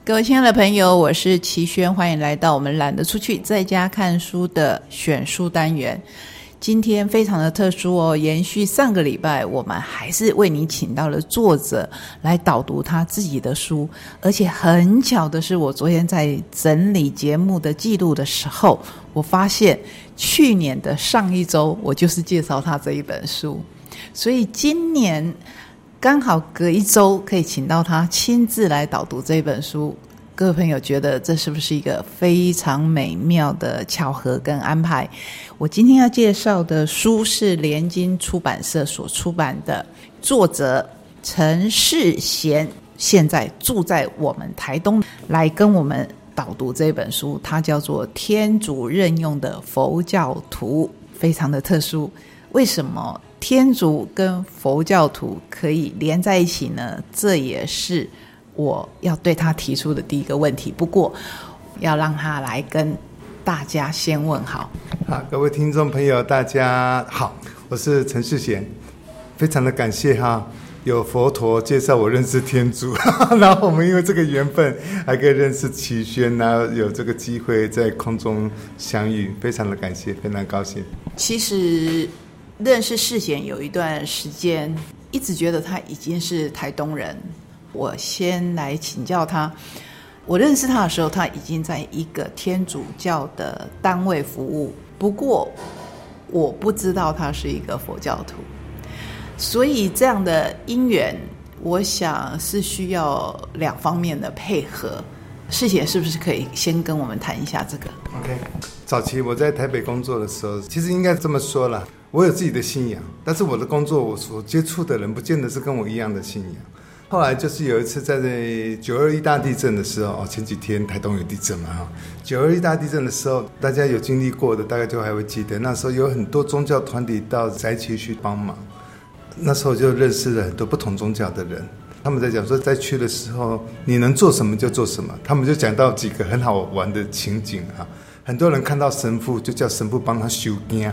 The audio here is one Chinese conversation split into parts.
各位亲爱的朋友，我是齐轩，欢迎来到我们懒得出去在家看书的选书单元。今天非常的特殊哦，延续上个礼拜，我们还是为你请到了作者来导读他自己的书，而且很巧的是，我昨天在整理节目的记录的时候，我发现去年的上一周我就是介绍他这一本书，所以今年刚好隔一周可以请到他亲自来导读这本书。各位朋友觉得这是不是一个非常美妙的巧合跟安排？我今天要介绍的书是联经出版社所出版的，作者陈世贤现在住在我们台东，来跟我们导读这本书，它叫做《天主任用的佛教徒》，非常的特殊。为什么天主跟佛教徒可以连在一起呢？这也是我要对他提出的第一个问题，不过要让他来跟大家先问好。 好，各位听众朋友大家好，我是陈世贤，非常的感谢有佛陀介绍我认识天主然后我们因为这个缘分还可以认识齐轩，然后有这个机会在空中相遇，非常的感谢，非常高兴。 其实认识世贤有一段时间，一直觉得他已经是台东人。我先来请教他，我认识他的时候，他已经在一个天主教的单位服务，不过我不知道他是一个佛教徒，所以这样的因缘，我想是需要两方面的配合。世贤是不是可以先跟我们谈一下这个 ？OK， 早期我在台北工作的时候，其实应该这么说啦，我有自己的信仰，但是我的工作我所接触的人不见得是跟我一样的信仰。后来就是有一次在921大地震的时候，前几天台东有地震嘛，921大地震的时候，大家有经历过的大概就还会记得，那时候有很多宗教团体到灾区去帮忙，那时候就认识了很多不同宗教的人，他们在讲说灾区的时候你能做什么就做什么，他们就讲到几个很好玩的情景很多人看到神父就叫神父帮他收惊，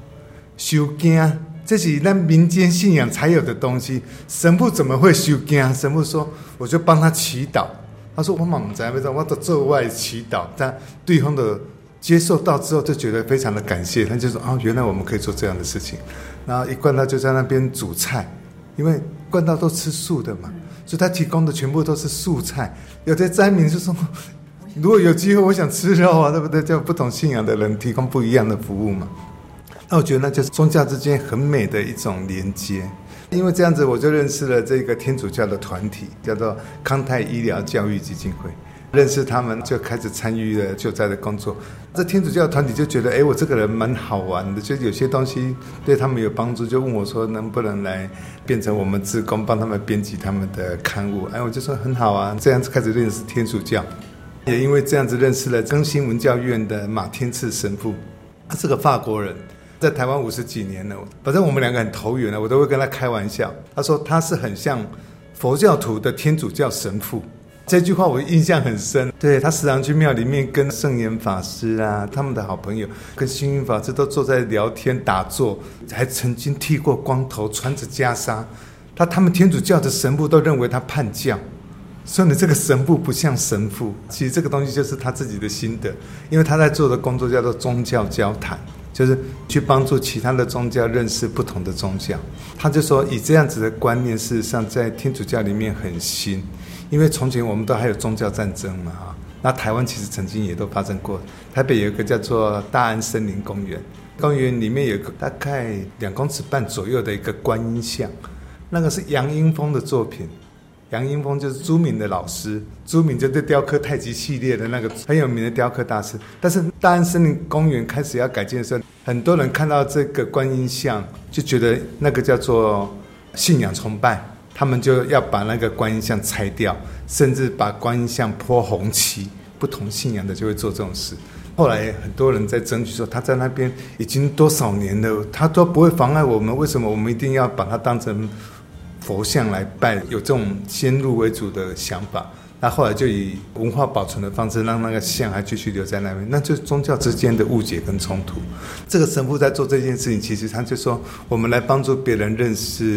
这是咱民间信仰才有的东西，神父怎么会收惊？神父说我就帮他祈祷，他说我嘛不知道，我就做外祈祷，但对方的接受到之后就觉得非常的感谢，他就说原来我们可以做这样的事情。然后一贯道就在那边煮菜，因为贯道都吃素的嘛，所以他提供的全部都是素菜。有的灾民就说如果有机会我想吃肉对不对，就不同信仰的人提供不一样的服务嘛。那我觉得那就是宗教之间很美的一种连接，因为这样子我就认识了这个天主教的团体，叫做康泰医疗教育基金会。认识他们就开始参与了救灾的工作。这天主教的团体就觉得我这个人蛮好玩的，就有些东西对他们有帮助，就问我说能不能来变成我们志工，帮他们编辑他们的刊物。我就说很好啊，这样子开始认识天主教。也因为这样子认识了更新文教院的马天赐神父，他是个法国人，在台湾50几年了，反正我们两个很投缘了，我都会跟他开玩笑。他说他是很像佛教徒的天主教神父，这句话我印象很深。对，他时常去庙里面跟圣严法师他们的好朋友跟星云法师都坐在聊天打坐，还曾经剃过光头，穿着袈裟。他们天主教的神父都认为他叛教，所以这个神父不像神父。其实这个东西就是他自己的心得，因为他在做的工作叫做宗教交谈，就是去帮助其他的宗教认识不同的宗教。他就说以这样子的观念事实上在天主教里面很新，因为从前我们都还有宗教战争嘛那台湾其实曾经也都发生过。台北有一个叫做大安森林公园，公园里面有一个大概2公尺半左右的一个观音像，那个是杨英风的作品。杨英风就是朱铭的老师，朱铭就是雕刻太极系列的那个很有名的雕刻大师。但是大安森林公园开始要改建的时候，很多人看到这个观音像就觉得那个叫做信仰崇拜，他们就要把那个观音像拆掉，甚至把观音像泼红漆，不同信仰的就会做这种事。后来很多人在争取说他在那边已经多少年了，他都不会妨碍我们，为什么我们一定要把它当成佛像来拜？有这种先入为主的想法。那后来就以文化保存的方式让那个像还继续留在那边，那就是宗教之间的误解跟冲突。这个神父在做这件事情，其实他就说我们来帮助别人认识不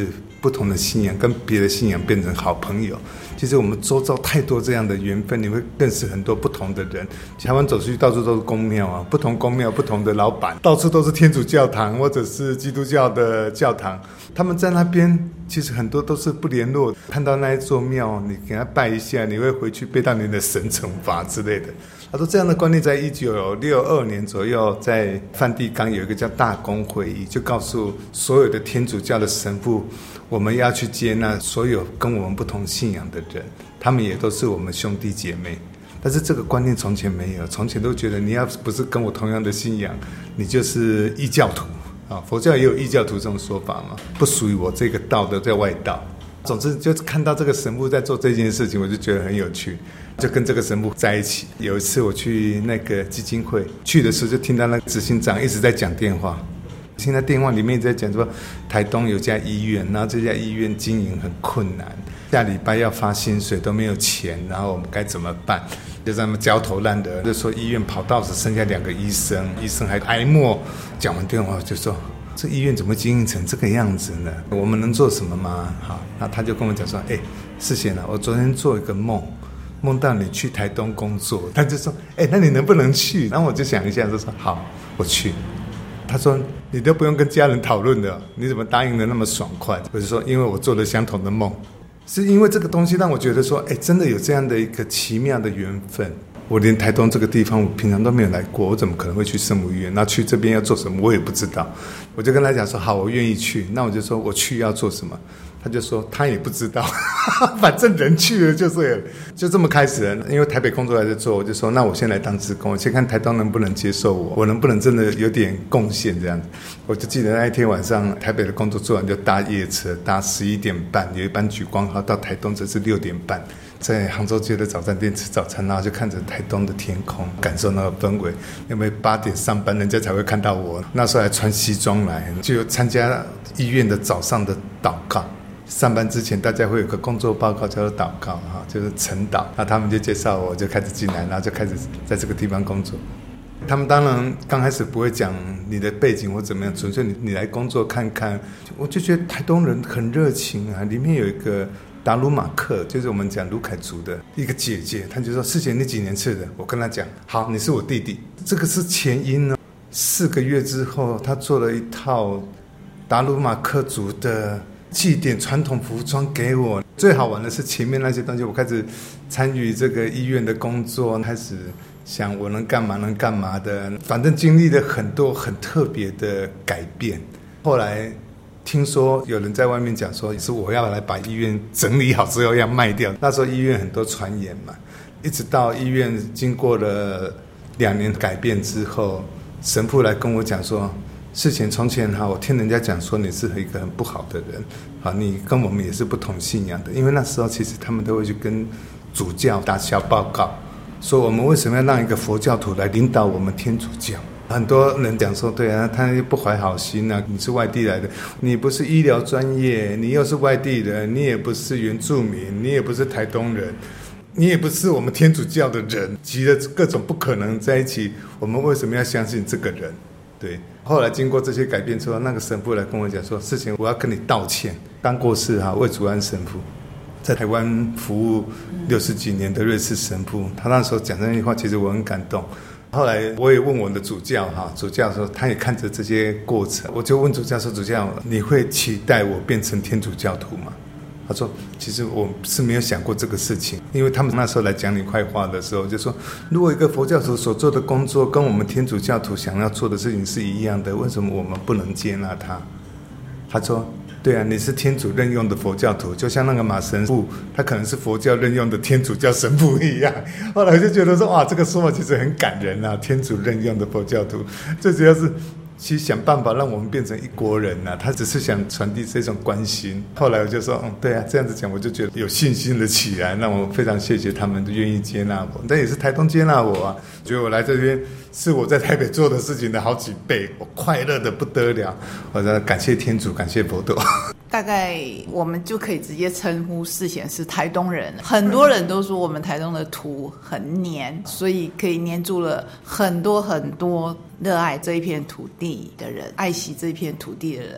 不同的信仰跟别的信仰变成好朋友。其实我们周遭太多这样的缘分，你会认识很多不同的人。台湾走出去到处都是宫庙啊，不同宫庙不同的老板，到处都是天主教堂或者是基督教的教堂，他们在那边其实很多都是不联络，看到那一座庙你给他拜一下，你会回去被到你的神惩罚之类的。他说这样的观念在1962年左右，在梵蒂冈有一个叫大公会议，就告诉所有的天主教的神父，我们要去接纳所有跟我们不同信仰的人，他们也都是我们兄弟姐妹。但是这个观念从前没有，从前都觉得你要不是跟我同样的信仰，你就是异教徒啊。佛教也有异教徒这种说法嘛，不属于我这个道的，在外道。总之就看到这个神父在做这件事情，我就觉得很有趣，就跟这个神父在一起。有一次我去那个基金会，去的时候就听到那个执行长一直在讲电话，听到电话里面一直在讲说台东有家医院，然后这家医院经营很困难，下礼拜要发薪水都没有钱，然后我们该怎么办？就在他们焦头烂额，就说医院跑道只剩下2个医生，医生还挨默。讲完电话就说这医院怎么经营成这个样子呢？我们能做什么吗？好，那他就跟我讲说，世贤啊，我昨天做一个梦，梦到你去台东工作。他就说，那你能不能去？然后我就想一下，就说好，我去。他说你都不用跟家人讨论的，你怎么答应的那么爽快？我就说因为我做了相同的梦，是因为这个东西让我觉得说，真的有这样的一个奇妙的缘分。我连台东这个地方我平常都没有来过，我怎么可能会去圣母医院？那去这边要做什么我也不知道。我就跟他讲说好，我愿意去。那我就说我去要做什么？他就说他也不知道反正人去了就对了，就这么开始了。因为台北工作还在做，我就说那我先来当志工，我先看台东能不能接受我能不能真的有点贡献这样子。我就记得那一天晚上台北的工作做完就搭夜车，搭11点半有一班莒光号到台东，这是6点半，在杭州街的早餐店吃早餐，然后就看着台东的天空，感受那个氛围。因为8点上班人家才会看到我，那时候还穿西装来，就参加医院的早上的祷告。上班之前大家会有个工作报告叫做祷告，就是晨祷。那他们就介绍我，就开始进来，然后就开始在这个地方工作。他们当然刚开始不会讲你的背景或怎么样，纯粹你来工作看看。我就觉得台东人很热情啊，里面有一个达鲁马克，就是我们讲卢凯族的一个姐姐，她就说世贤你几年次的？我跟她讲好，你是我弟弟。这个是前因呢。4个月之后，她做了一套达鲁马克族的祭典传统服装给我。最好玩的是前面那些东西，我开始参与这个医院的工作，开始想我能干嘛的，反正经历了很多很特别的改变。后来听说有人在外面讲说是我要来把医院整理好之后要卖掉，那时候医院很多传言嘛，一直到医院经过了2年改变之后，神父来跟我讲说事情从前我听人家讲说你是一个很不好的人，你跟我们也是不同信仰的。因为那时候其实他们都会去跟主教打小报告，说我们为什么要让一个佛教徒来领导我们天主教。很多人讲说对啊，他不怀好心啊，你是外地来的，你不是医疗专业，你又是外地人，你也不是原住民，你也不是台东人，你也不是我们天主教的人，集了各种不可能在一起，我们为什么要相信这个人？对，后来经过这些改变之后，那个神父来跟我讲说事情我要跟你道歉。刚过世魏祖安神父，在台湾服务60几年的瑞士神父，他那时候讲那句话其实我很感动。后来我也问我的主教，主教说他也看着这些过程，我就问主教说主教你会期待我变成天主教徒吗？他说其实我是没有想过这个事情，因为他们那时候来讲你坏话的时候就说，如果一个佛教徒所做的工作跟我们天主教徒想要做的事情是一样的，为什么我们不能接纳他？他说对啊，你是天主任用的佛教徒，就像那个马神父他可能是佛教任用的天主教神父一样。后来我就觉得说哇，这个说法其实很感人啊，天主任用的佛教徒，最主要是其实想办法让我们变成一国人啊，他只是想传递这种关心。后来我就说对啊，这样子讲我就觉得有信心了起来，那我非常谢谢他们愿意接纳我，但也是台东接纳我啊，觉得我来这边是我在台北做的事情的好几倍，我快乐的不得了。我说感谢天主，感谢佛陀。 大概我们就可以直接称呼世贤是台东人。很多人都说我们台东的土很黏，所以可以黏住了很多很多热爱这一片土地的人，爱惜这一片土地的人。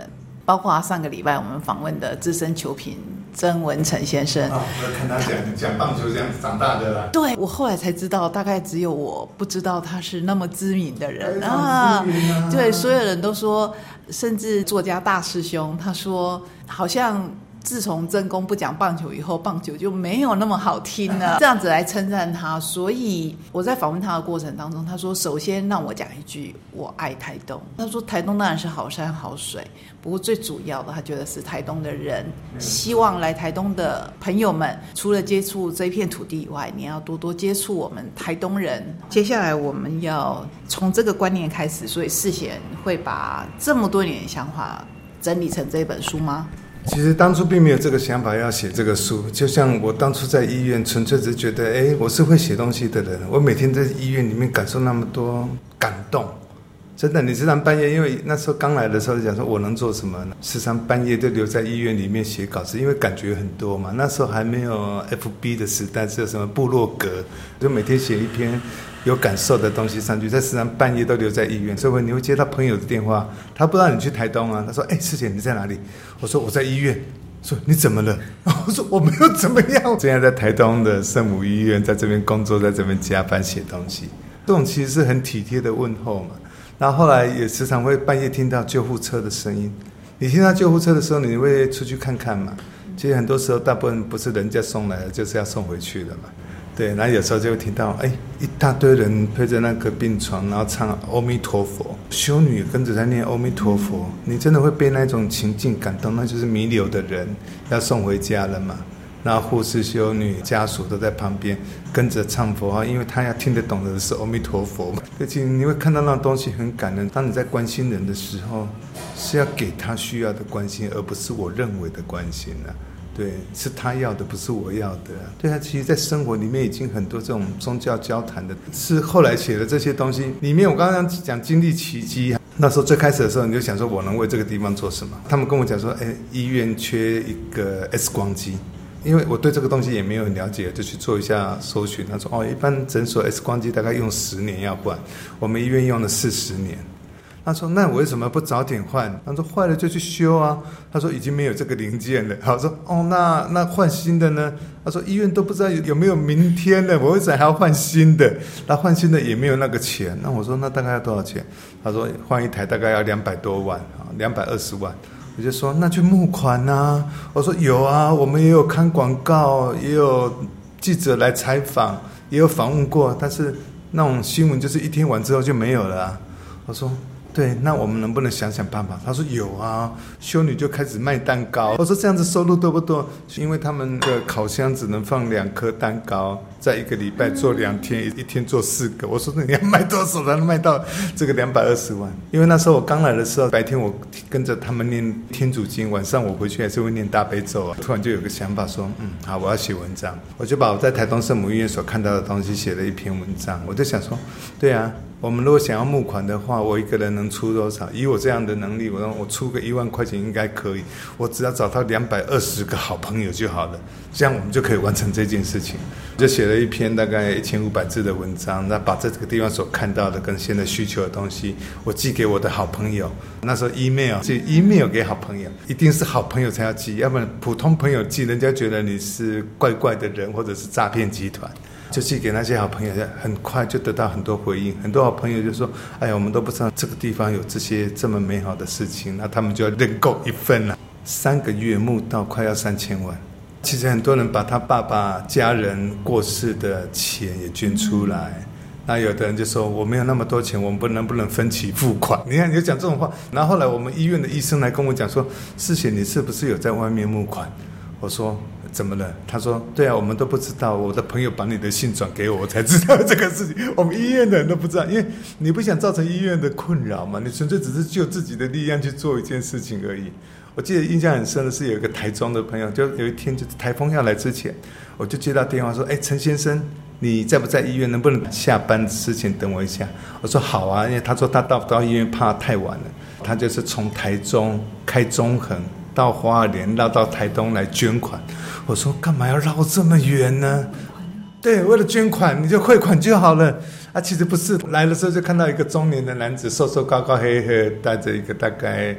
包括上个礼拜我们访问的资深球评曾文成先生。 我看他讲棒球这样长大的啦。 对，我后来才知道，大概只有我不知道他是那么知名的人啊。 对，所有人都说，甚至作家大师兄他说，好像自从曾公不讲棒球以后，棒球就没有那么好听了，这样子来称赞他。所以我在访问他的过程当中，他说首先让我讲一句，我爱台东。他说台东当然是好山好水，不过最主要的他觉得是台东的人，希望来台东的朋友们除了接触这一片土地以外，你要多多接触我们台东人。接下来我们要从这个观念开始，所以世贤会把这么多年的想法整理成这本书吗？ 其实当初并没有这个想法要写这个书，就像我当初在医院纯粹只是觉得我是会写东西的人，我每天在医院里面感受那么多感动，真的。你时常半夜，因为那时候刚来的时候就讲说我能做什么呢，时常半夜就留在医院里面写稿子，因为感觉很多嘛。那时候还没有 FB 的时代，只有什么部落格，就每天写一篇有感受的东西上去，在时常半夜都留在医院，所以你会接到朋友的电话，他不知道你去台东啊，他说师姐你在哪里？我说我在医院。说你怎么了？我说我没有怎么样，现在在台东的圣母医院，在这边工作，在这边加班写东西，这种其实是很体贴的问候嘛。然后后来也时常会半夜听到救护车的声音，你听到救护车的时候，你会出去看看嘛。其实很多时候大部分不是人家送来的，就是要送回去的嘛。对，然后有时候就会听到一大堆人推着那个病床，然后唱阿弥陀佛，修女跟着在念阿弥陀佛，你真的会被那种情境感动，那就是弥留的人要送回家了嘛。然后护士、修女、家属都在旁边跟着唱佛号，因为他要听得懂的是阿弥陀佛嘛。而且你会看到那种东西很感人。当你在关心人的时候，是要给他需要的关心，而不是我认为的关心啊。对，是他要的，不是我要的。对啊，其实在生活里面已经很多这种宗教交谈的，是后来写的这些东西里面，我刚刚讲经历奇迹，那时候最开始的时候你就想说我能为这个地方做什么。他们跟我讲说医院缺一个 X 光机，因为我对这个东西也没有很了解，就去做一下搜寻。他说一般诊所 X 光机大概用10年要换，我们医院用了40年。他说那我为什么不早点换？他说坏了就去修啊。他说已经没有这个零件了。我说那换新的呢？他说医院都不知道有没有明天了，我为什么还要换新的？那换新的也没有那个钱。那我说那大概要多少钱？他说换一台大概要200多万，220万。我就说那就募款啊。我说有啊，我们也有看广告，也有记者来采访，也有访问过，但是那种新闻就是一天完之后就没有了啊。我说对，那我们能不能想想办法？他说有啊，修女就开始卖蛋糕。我说这样子收入多不多？因为他们的烤箱只能放2颗蛋糕，在1个礼拜做2天，一天做4个。我说你要卖多少才能卖到这个220万？因为那时候我刚来的时候，白天我跟着他们念天主经，晚上我回去还是会念大悲咒啊。突然就有个想法说，好，我要写文章。我就把我在台东圣母医院所看到的东西写了一篇文章。我就想说，对啊，我们如果想要募款的话，我一个人能出多少？以我这样的能力，我出个1万块钱应该可以。我只要找到220个好朋友就好了，这样我们就可以完成这件事情。就写了一篇大概1500字的文章，那把这个地方所看到的跟现在需求的东西，我寄给我的好朋友。那时候 email 给好朋友，一定是好朋友才要寄，要不然普通朋友寄，人家觉得你是怪怪的人或者是诈骗集团。就寄给那些好朋友，很快就得到很多回应。很多好朋友就说：“哎呀，我们都不知道这个地方有这么美好的事情。”那他们就要认购一份了。3个月募到快要3000万。其实很多人把他爸爸家人过世的钱也捐出来。那有的人就说：“我没有那么多钱，我们能不能分期付款？”你看，你就讲这种话。然后后来我们医院的医生来跟我讲说：“世贤，你是不是有在外面募款？”我说怎么了？他说对啊，我们都不知道，我的朋友把你的信转给我，我才知道这个事情。我们医院的人都不知道，因为你不想造成医院的困扰嘛，你纯粹只是就自己的力量去做一件事情而已。我记得印象很深的是有一个台中的朋友，就有一天就是台风要来之前，我就接到电话说：“陈先生，你在不在医院？能不能下班之前等我一下？”我说好啊，因为他说他到医院怕太晚了，他就是从台中开中横到花莲绕到台东来捐款。我说干嘛要绕这么远呢？对，为了捐款你就汇款就好了啊。其实不是，来的时候就看到一个中年的男子，瘦瘦高高黑黑，戴着一个大概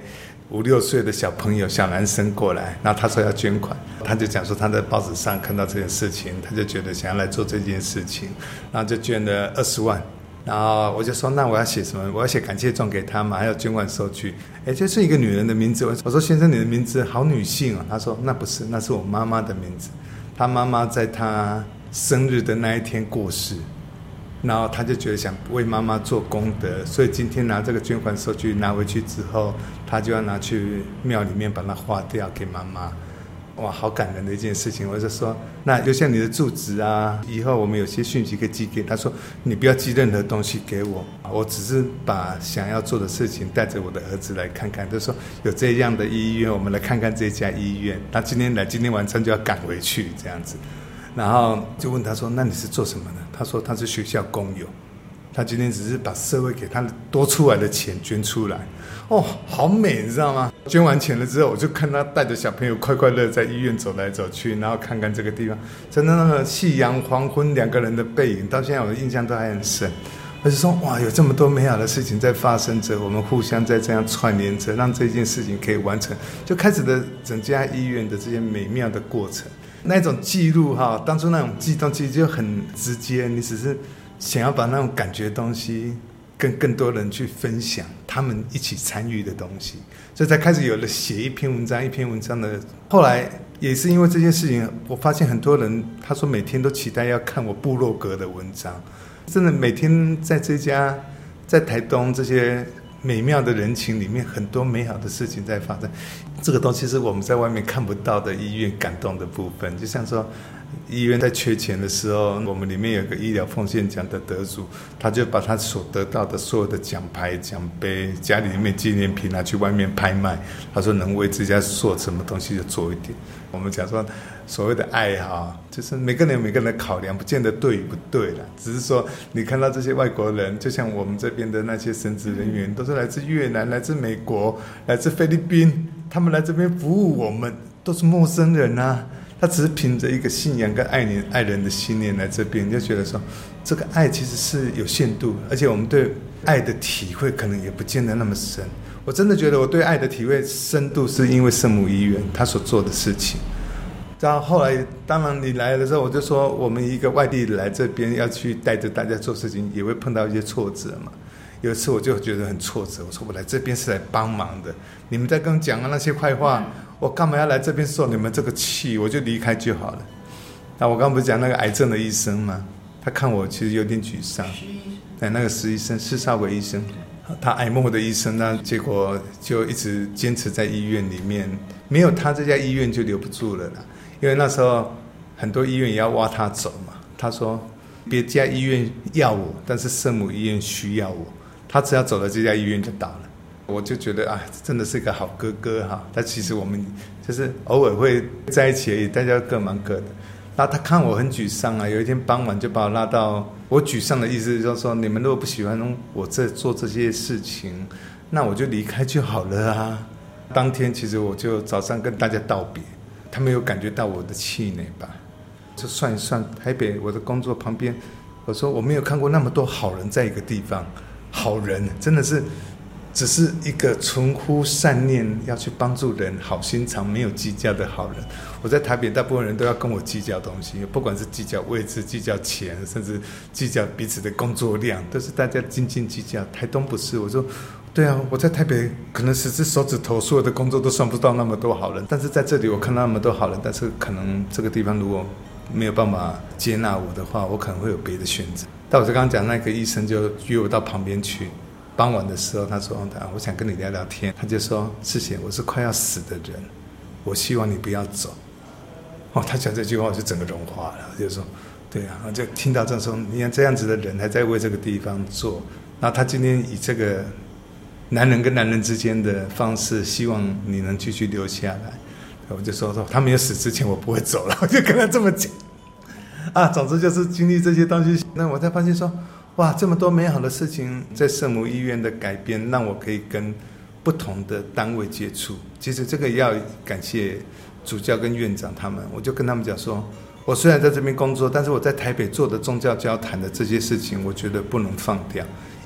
5、6岁的小朋友小男生过来，然后他说要捐款，他就讲说他在报纸上看到这件事情，他就觉得想要来做这件事情，然后就捐了20万。然后我就说那我要写什么？我要写感谢状给他嘛，还有捐款收据。就是一个女人的名字。我说先生你的名字好女性啊。他说那不是，那是我妈妈的名字。他妈妈在他生日的那一天过世，然后他就觉得想为妈妈做功德，所以今天拿这个捐款收据拿回去之后，他就要拿去庙里面把它划掉给妈妈。哇，好感人的一件事情。我就说那就像你的住址啊，以后我们有些讯息可以寄给他。说你不要寄任何东西给我，我只是把想要做的事情带着我的儿子来看看，就说有这样的医院，我们来看看这家医院。他今天来，今天晚上就要赶回去这样子。然后就问他说那你是做什么的？他说他是学校工友，他今天只是把社会给他多出来的钱捐出来。好美，你知道吗？捐完钱了之后，我就看他带着小朋友快快乐在医院走来走去，然后看看这个地方，真的那个夕阳黄昏两个人的背影，到现在我的印象都还很深。我就说哇，有这么多美好的事情在发生着，我们互相在这样串联着，让这件事情可以完成，就开始的整家医院的这些美妙的过程。那种记录当初那种悸动其实就很直接，你只是想要把那种感觉东西跟更多人去分享，他们一起参与的东西，所以才开始有了写一篇文章的。后来也是因为这件事情，我发现很多人他说每天都期待要看我部落格的文章，真的每天在这家在台东这些美妙的人情里面，很多美好的事情在发生。这个东西是我们在外面看不到的医院感动的部分。就像说医院在缺钱的时候，我们里面有个医疗奉献奖的得主，他就把他所得到的所有的奖牌奖杯家里面纪念品拿去外面拍卖，他说能为自家做什么东西就做一点。我们讲说所谓的爱就是每个人有每个人的考量，不见得对与不对啦，只是说你看到这些外国人，就像我们这边的那些神职人员，都是来自越南、来自美国、来自菲律宾，他们来这边服务我们，都是陌生人啊。他只是凭着一个信仰跟爱人的信念来这边，你就觉得说这个爱其实是有限度，而且我们对爱的体会可能也不见得那么深。我真的觉得我对爱的体会深度是因为圣母医院他所做的事情。然后后来当然你来的时候，我就说我们一个外地来这边要去带着大家做事情，也会碰到一些挫折嘛。有一次我就觉得很挫折，我说我来这边是来帮忙的，你们在跟我讲那些坏话，我干嘛要来这边受你们这个气？我就离开就好了。那我刚刚不是讲那个癌症的医生吗？他看我其实有点沮丧。那个石医生，施少伟医生，他癌末的医生呢，结果就一直坚持在医院里面，没有他这家医院就留不住了啦。因为那时候很多医院也要挖他走嘛。他说别家医院要我，但是圣母医院需要我，他只要走了这家医院就倒了。我就觉得真的是一个好哥哥但其实我们就是偶尔会在一起而已，大家各忙各的。然后他看我很沮丧有一天傍晚就把我拉到，我沮丧的意思就是说，你们如果不喜欢我做这些事情，那我就离开就好了当天其实我就早上跟大家道别，他们有感觉到我的气馁吧。就算一算，台北我的工作旁边，我说我没有看过那么多好人在一个地方，好人真的是只是一个存乎善念要去帮助人，好心肠没有计较的好人。我在台北大部分人都要跟我计较东西，不管是计较位置、计较钱，甚至计较彼此的工作量，都是大家斤斤计较。台东不是，我说对我在台北可能10只手指头所有的工作都算不到那么多好人，但是在这里我看到那么多好人，但是可能这个地方如果没有办法接纳我的话，我可能会有别的选择。但我就刚刚讲那个医生就约我到旁边去，傍晚的时候他说我想跟你聊聊天。他就说世贤，我是快要死的人，我希望你不要走。他讲这句话我就整个融化了，我就说对我就听到这时候，你看这样子的人还在为这个地方做，然后他今天以这个男人跟男人之间的方式，希望你能继续留下来。我就说他没有死之前我不会走了，我就跟他这么讲总之就是经历这些东西，那我才发现说哇，这么多美好的事情在圣母医院的改变，让我可以跟不同的单位接触。其实这个也要感谢主教跟院长他们，我就跟他们讲说，我虽然在这边工作，但是我在台北做的宗教交谈的这些事情，我觉得不能放掉，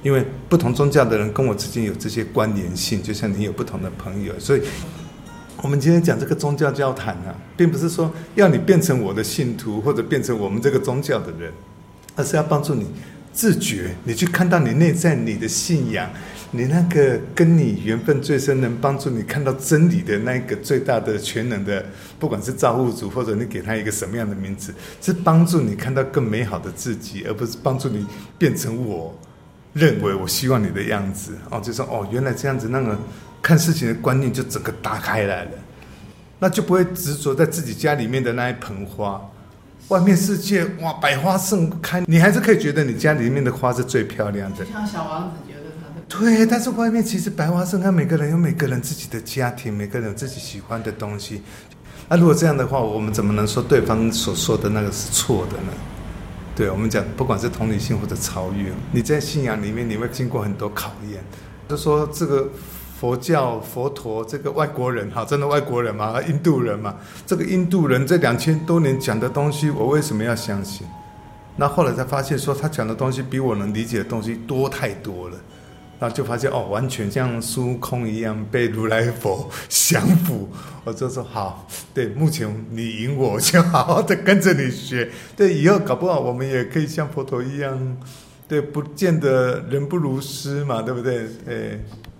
因为不同宗教的人跟我之间有这些关联性，就像你有不同的朋友，所以我们今天讲这个宗教交谈啊，并不是说要你变成我的信徒或者变成我们这个宗教的人，而是要帮助你自觉，你去看到你内在你的信仰，你那个跟你缘分最深，能帮助你看到真理的那个最大的全能的，不管是造物主或者你给他一个什么样的名字，是帮助你看到更美好的自己，而不是帮助你变成我认为我希望你的样子。就说原来这样子，那个看事情的观念就整个打开来了，那就不会执着在自己家里面的那一盆花，外面世界哇百花盛开，你还是可以觉得你家里面的花是最漂亮的， 像小王子觉得他的对，但是外面其实百花盛开，每个人有每个人自己的家庭，每个人有自己喜欢的东西。那如果这样的话，我们怎么能说对方所说的那个是错的呢？对，我们讲不管是同理心或者超越，你在信仰里面你会经过很多考验，就说这个佛教佛陀这个外国人，真的外国人嘛，印度人嘛，这个印度人这2000多年讲的东西，我为什么要相信？那后来才发现说他讲的东西比我能理解的东西多太多了，然后就发现完全像孙悟空一样被如来佛降服。我就说好，对，目前你赢我，就好好的跟着你学，对，以后搞不好我们也可以像佛陀一样，对，不见得人不如师嘛，对不对？